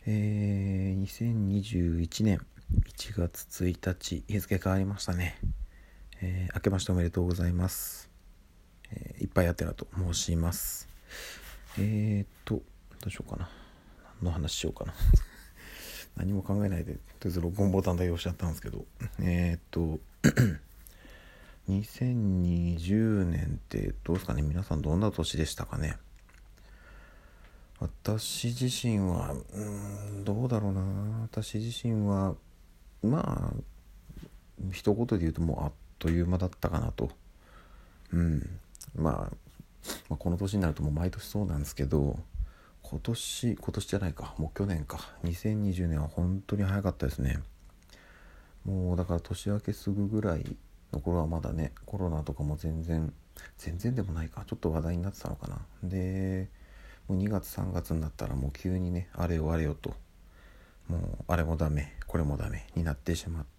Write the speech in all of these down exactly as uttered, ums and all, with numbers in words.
えー、にせんにじゅういちねんいちがつついたち、日付変わりましたね。えー、明けましておめでとうございます。えー、いっぱいやってらと申します。えーっと、どうしようかな。何の話しようかな。何も考えないで、とりあえず録音ボタンだけ押しちゃったんですけど、えーっと、にせんにじゅうねんってどうですかね。皆さんどんな年でしたかね。私自身はうーんどうだろうな私自身はまあ一言で言うともうあっという間だったかなと。うんまあ、まあこの年になるともう毎年そうなんですけど、今年今年じゃないかもう去年かにせんにじゅうねんは本当に早かったですね。もうだから年明けすぐぐらいの頃はまだねコロナとかも全然全然でもないかちょっと話題になってたのかな。でもうにがつさんがつになったらもう急にねあれよあれよともうあれもダメこれもダメになってしまって、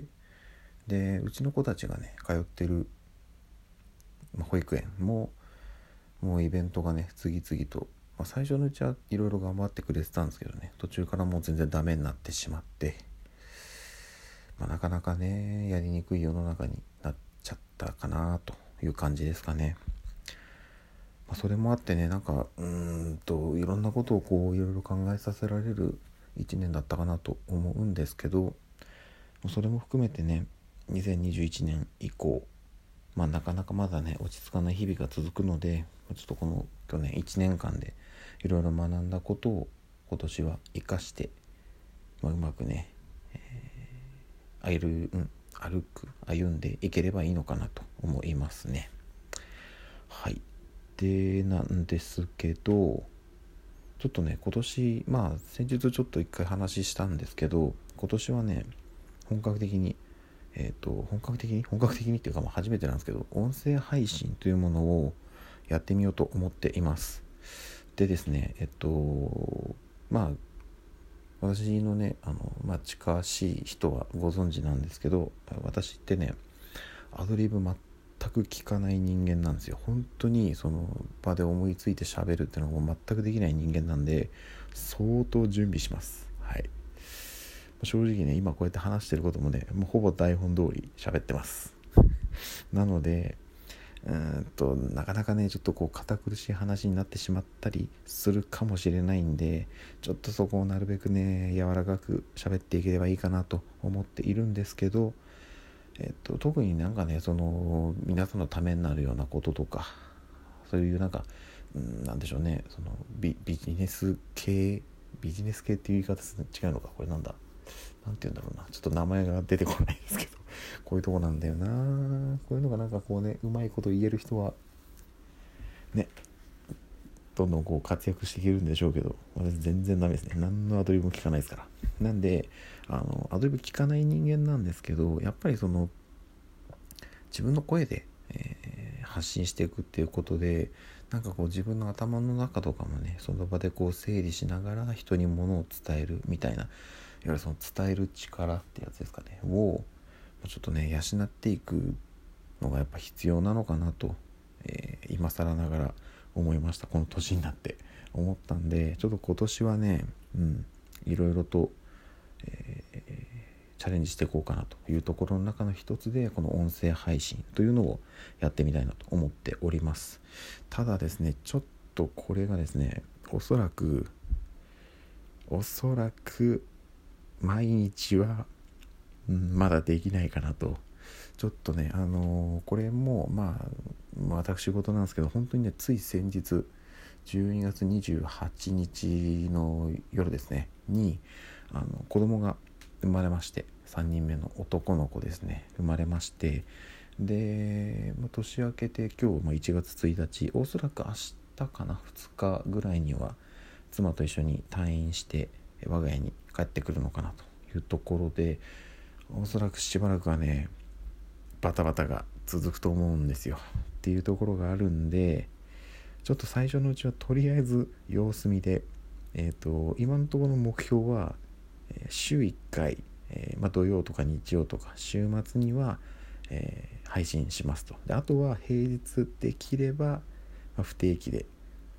でうちの子たちがね通ってる、まあ、保育園ももうイベントがね次々と、まあ、最初のうちはいろいろ頑張ってくれてたんですけどね、途中からもう全然ダメになってしまって、まあ、なかなかねやりにくい世の中になっちゃったかなという感じですかね。まあ、それもあってねなんかうーんといろんなことをこういろいろ考えさせられるいちねんだったかなと思うんですけど、それも含めてねにせんにじゅういちねん以降、まあなかなかまだね落ち着かない日々が続くので、ちょっとこの去年いちねんかんでいろいろ学んだことを今年は生かして、まあ、うまくね、えー、歩, うん歩く歩んでいければいいのかなと思いますね。はいでなんですけど、ちょっとね今年まあ先日ちょっと一回話したんですけど、今年はね本格的にえっと本格的に本格的にっていうかまあ初めてなんですけど、音声配信というものをやってみようと思っています。でですねえっとまあ私のねあの、まあ、近しい人はご存知なんですけど、私ってねアドリブ全く聞かない人間なんですよ。本当にその場で思いついて喋るっていうのがもう全くできない人間なんで、相当準備します。はい。正直ね今こうやって話してることもねもうほぼ台本通り喋ってます。なのでうーんとなかなかねちょっとこう堅苦しい話になってしまったりするかもしれないんで、ちょっとそこをなるべくね柔らかく喋っていければいいかなと思っているんですけど、えっと、特になんかねその皆さんのためになるようなこととかそういうなんか、うん、なんでしょうねその ビ, ビジネス系ビジネス系っていう言い方違うのか、これなんだなんて言うんだろうな、ちょっと名前が出てこないですけどこういうとこなんだよな。こういうのがなんかこうねうまいこと言える人はねどんどんこう活躍していけるんでしょうけど、私全然ダメですね。何のアドリブも聞かないですから。なんであのアドリブ聞かない人間なんですけど、やっぱりその自分の声で、えー、発信していくっていうことでなんかこう自分の頭の中とかもねその場でこう整理しながら人に物を伝えるみたいな、いわゆるその伝える力ってやつですかねをちょっとね養っていくのがやっぱ必要なのかなと、えー、今更ながら思いました。この年になって思ったんで、ちょっと今年はねうんいろいろと、えーチャレンジしていこうかなというところの中の一つでこの音声配信というのをやってみたいなと思っております。ただですねちょっとこれがですねおそらくおそらく毎日は、うん、まだできないかなと。ちょっとねあのー、これもまあ私事なんですけど、本当にねつい先日じゅうにがつにじゅうはちにちの夜ですねにあの子供が生まれまして、さんにんめの男の子ですね生まれまして、で年明けて今日いちがつついたち、おそらく明日かなふつかぐらいには妻と一緒に退院して我が家に帰ってくるのかなというところで、おそらくしばらくはねバタバタが続くと思うんですよっていうところがあるんで、ちょっと最初のうちはとりあえず様子見で、えーと、今のところの目標は週いっかい、えーまあ、土曜とか日曜とか週末には、えー配信しますと。であとは平日できれば、まあ、不定期で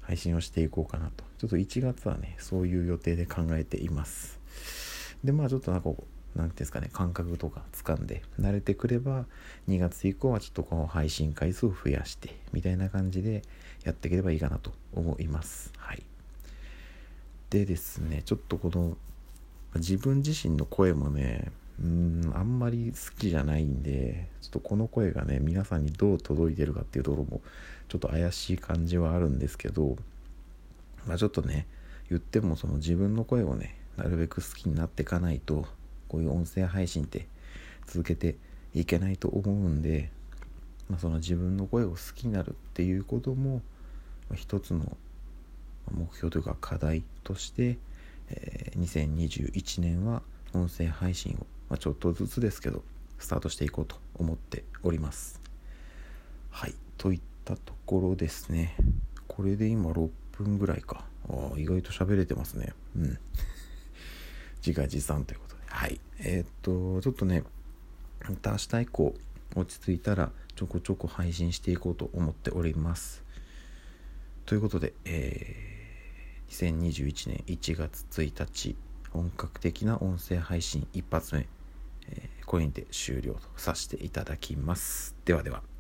配信をしていこうかなと。ちょっといちがつはねそういう予定で考えています。でまあちょっとなんかこうなんていうんですかね、感覚とか掴んで慣れてくればにがつ以降はちょっとこの配信回数を増やしてみたいな感じでやっていければいいかなと思います。はい。でですね、ちょっとこの自分自身の声もねうーんあんまり好きじゃないんで、ちょっとこの声がね皆さんにどう届いてるかっていうところもちょっと怪しい感じはあるんですけど、まあちょっとね言ってもその自分の声をねなるべく好きになっていかないとこういう音声配信って続けていけないと思うんで、まあ、その自分の声を好きになるっていうことも一つの目標というか課題として、えー、にせんにじゅういちねんは音声配信を、まあ、ちょっとずつですけどスタートしていこうと思っております。はい、といったところですね。これで今ろっぷんぐらいか。あ、意外と喋れてますね。うん自画自賛ということで、はい、えー、っとちょっとねまた明日以降落ち着いたらちょこちょこ配信していこうと思っております。ということで、えー、にせんにじゅういちねんいちがつついたち本格的な音声配信一発目、えー、これにて終了とさせていただきます。ではでは。